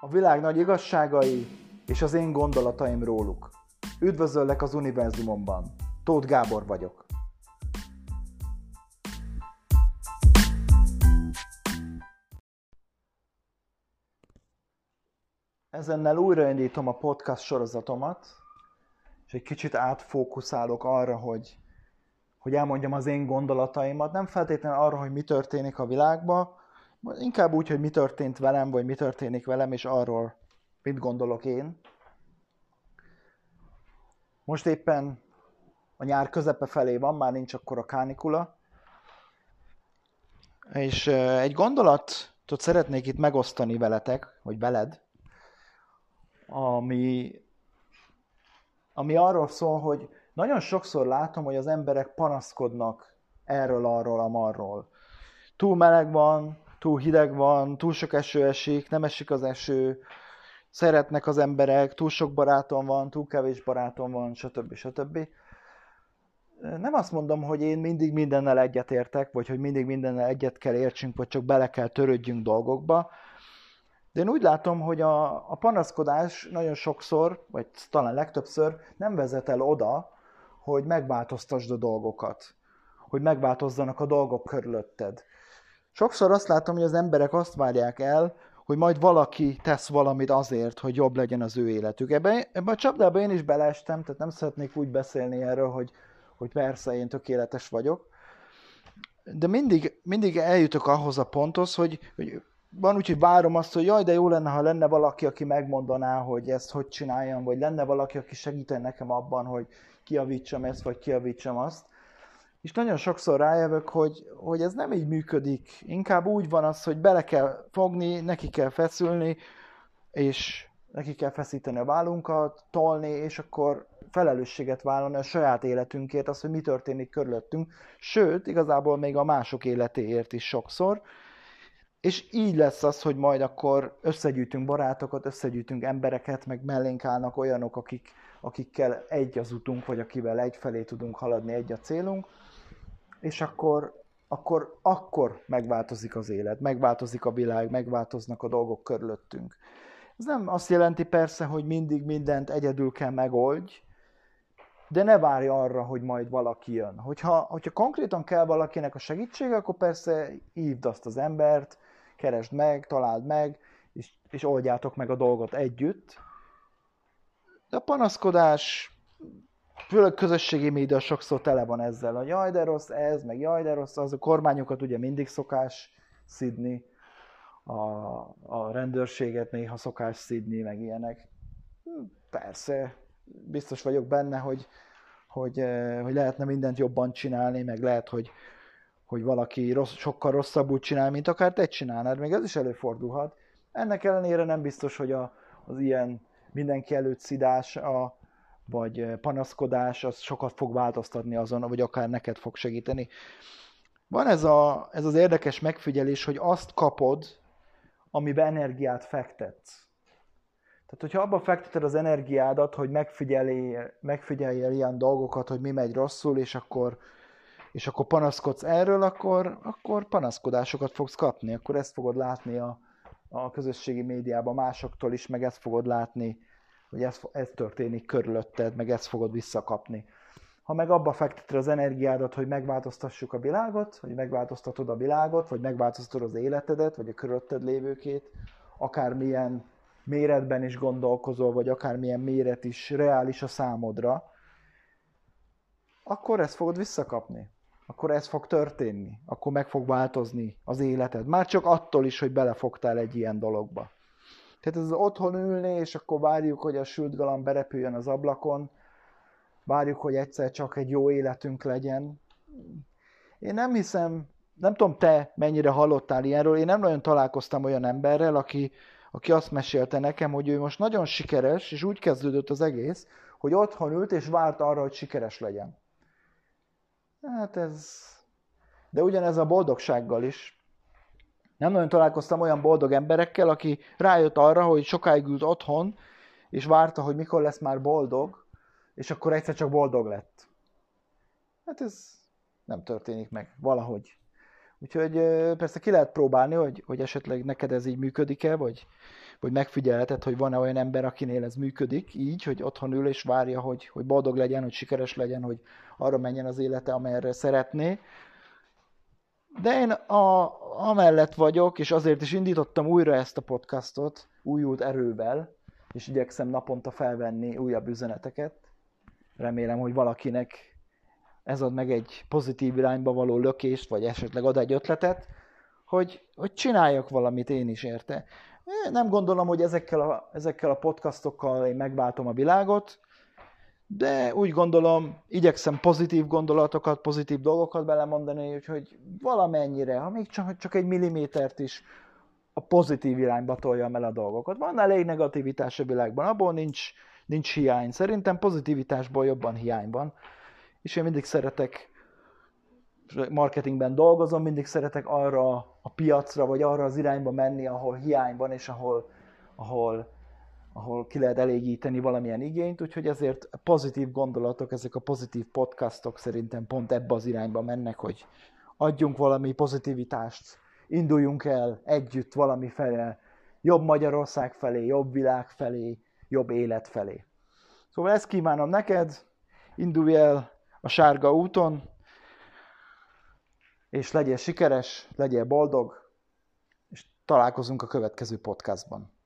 A világ nagy igazságai és az én gondolataim róluk. Üdvözöllek az univerzumomban. Tóth Gábor vagyok. Ezennel újraindítom a podcast sorozatomat, és egy kicsit átfókuszálok arra, hogy elmondjam az én gondolataimat. Nem feltétlenül arra, hogy mi történik a világban, inkább úgy, hogy mi történt velem, vagy mi történik velem, és arról mit gondolok én. Most éppen a nyár közepe felé van, már nincs akkora kánikula. És egy gondolatot szeretnék itt megosztani veletek, vagy veled, ami arról szól, hogy nagyon sokszor látom, hogy az emberek panaszkodnak erről, arról, amarról. Túl meleg van, túl hideg van, túl sok eső esik, nem esik az eső, szeretnek az emberek, túl sok barátom van, túl kevés barátom van, stb. Nem azt mondom, hogy én mindig mindennel egyetértek, vagy hogy mindig mindennel egyet kell értsünk, vagy csak bele kell törődjünk dolgokba. De én úgy látom, hogy a panaszkodás nagyon sokszor, vagy talán legtöbbször nem vezet el oda, hogy megváltoztasd a dolgokat, hogy megváltozzanak a dolgok körülötted. Sokszor azt látom, hogy az emberek azt várják el, hogy majd valaki tesz valamit azért, hogy jobb legyen az ő életük. Ebben a csapdába én is beleestem, tehát nem szeretnék úgy beszélni erről, hogy persze én tökéletes vagyok. De mindig eljutok ahhoz a ponthoz, hogy van úgy, hogy várom azt, hogy jaj, de jó lenne, ha lenne valaki, aki megmondaná, hogy ezt hogy csináljam, vagy lenne valaki, aki segítene nekem abban, hogy kijavítsam ezt, vagy kijavítsam azt. És nagyon sokszor rájövök, hogy ez nem így működik. Inkább úgy van az, hogy bele kell fogni, neki kell feszülni, és neki kell feszíteni a vállunkat, tolni, és akkor felelősséget vállalni a saját életünkért, az, hogy mi történik körülöttünk, sőt, igazából még a mások életéért is sokszor. És így lesz az, hogy majd akkor összegyűjtünk barátokat, összegyűjtünk embereket, meg mellénk állnak olyanok, akikkel egy az utunk, vagy akivel egyfelé tudunk haladni, egy a célunk, és akkor megváltozik az élet, megváltozik a világ, megváltoznak a dolgok körülöttünk. Ez nem azt jelenti persze, hogy mindig mindent egyedül kell megoldj, de ne várj arra, hogy majd valaki jön. Hogyha konkrétan kell valakinek a segítsége, akkor persze hívd azt az embert, keresd meg, találd meg, és oldjátok meg a dolgot együtt. De a panaszkodás, főleg közösségi média sokszor tele van ezzel, hogy jaj, de rossz ez, meg jaj, de rossz az. A kormányokat ugye mindig szokás szidni, a rendőrséget néha szokás szidni, meg ilyenek. Persze, biztos vagyok benne, hogy lehetne mindent jobban csinálni, meg lehet, hogy valaki sokkal rosszabbul csinál, mint akár te csinálnád, még ez is előfordulhat. Ennek ellenére nem biztos, hogy az ilyen mindenki előtt szidás, vagy panaszkodás, az sokat fog változtatni azon, vagy akár neked fog segíteni. Van ez az érdekes megfigyelés, hogy azt kapod, amiben energiát fektetsz. Tehát, hogyha abba fekteted az energiádat, hogy megfigyeljél ilyen dolgokat, hogy mi megy rosszul, és akkor panaszkodsz erről, akkor panaszkodásokat fogsz kapni. Akkor ezt fogod látni a közösségi médiában másoktól is, meg ezt fogod látni, hogy ez történik körülötted, meg ezt fogod visszakapni. Ha meg abba fekteted az energiádat, hogy megváltoztassuk a világot, hogy megváltoztatod a világot, vagy megváltoztatod az életedet, vagy a körülötted lévőkét, akármilyen méretben is gondolkozol, vagy akármilyen méret is reális a számodra, akkor ezt fogod visszakapni. Akkor ez fog történni. Akkor meg fog változni az életed. Már csak attól is, hogy belefogtál egy ilyen dologba. Tehát ez az otthon ülni, és akkor várjuk, hogy a sült galamb berepüljön az ablakon, várjuk, hogy egyszer csak egy jó életünk legyen. Én nem hiszem, nem tudom te mennyire hallottál ilyenről, én nem nagyon találkoztam olyan emberrel, aki azt mesélte nekem, hogy ő most nagyon sikeres, és úgy kezdődött az egész, hogy otthon ült és várt arra, hogy sikeres legyen. Hát de ugyanez a boldogsággal is. Nem nagyon találkoztam olyan boldog emberekkel, aki rájött arra, hogy sokáig ült otthon, és várta, hogy mikor lesz már boldog, és akkor egyszer csak boldog lett. Hát ez nem történik meg valahogy. Úgyhogy persze ki lehet próbálni, hogy esetleg neked ez így működik-e, vagy megfigyelheted, hogy van-e olyan ember, akinél ez működik így, hogy otthon ül és várja, hogy boldog legyen, hogy sikeres legyen, hogy arra menjen az élete, amerre szeretné. De én amellett vagyok, és azért is indítottam újra ezt a podcastot, újult erővel, és igyekszem naponta felvenni újabb üzeneteket. Remélem, hogy valakinek ez ad meg egy pozitív irányba való lökést, vagy esetleg ad egy ötletet, hogy csináljak valamit én is érte. Nem gondolom, hogy ezekkel a podcastokkal én megváltom a világot, de úgy gondolom, igyekszem pozitív gondolatokat, pozitív dolgokat belemondani, úgyhogy valamennyire, ha még csak egy millimétert is a pozitív irányba toljam el a dolgokat. Van elég negativitás a világban, abból nincs hiány. Szerintem pozitivitásból jobban hiány van. És én mindig szeretek, marketingben dolgozom, mindig szeretek arra a piacra, vagy arra az irányba menni, ahol hiány van, és ahol ki lehet elégíteni valamilyen igényt, úgyhogy ezért pozitív gondolatok, ezek a pozitív podcastok szerintem pont ebbe az irányba mennek, hogy adjunk valami pozitivitást, induljunk el együtt valami felé, jobb Magyarország felé, jobb világ felé, jobb élet felé. Szóval ezt kívánom neked, indulj el a sárga úton, és legyél sikeres, legyél boldog, és találkozunk a következő podcastban.